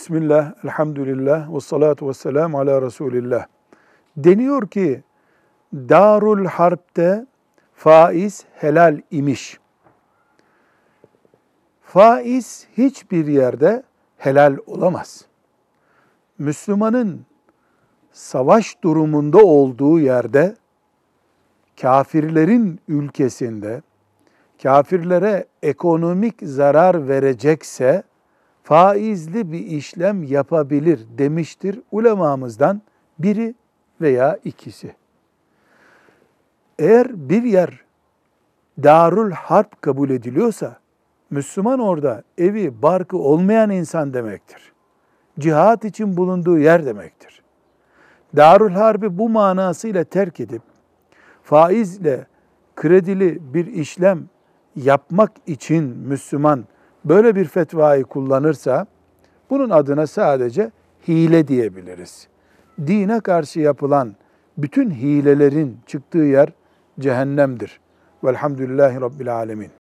Bismillah, elhamdülillah, ve salatu ve selamu ala Resulillah. Deniyor ki, Darul Harp'te faiz helal imiş. Faiz hiçbir yerde helal olamaz. Müslümanın savaş durumunda olduğu yerde, kafirlerin ülkesinde, kafirlere ekonomik zarar verecekse, faizli bir işlem yapabilir demiştir ulemamızdan biri veya ikisi. Eğer bir yer Darul Harp kabul ediliyorsa, Müslüman orada evi, barkı olmayan insan demektir. Cihat için bulunduğu yer demektir. Darul Harp'i bu manasıyla terk edip, faizle kredili bir işlem yapmak için Müslüman böyle bir fetvayı kullanırsa, bunun adına sadece hile diyebiliriz. Dine karşı yapılan bütün hilelerin çıktığı yer cehennemdir. Velhamdülillahi Rabbil alemin.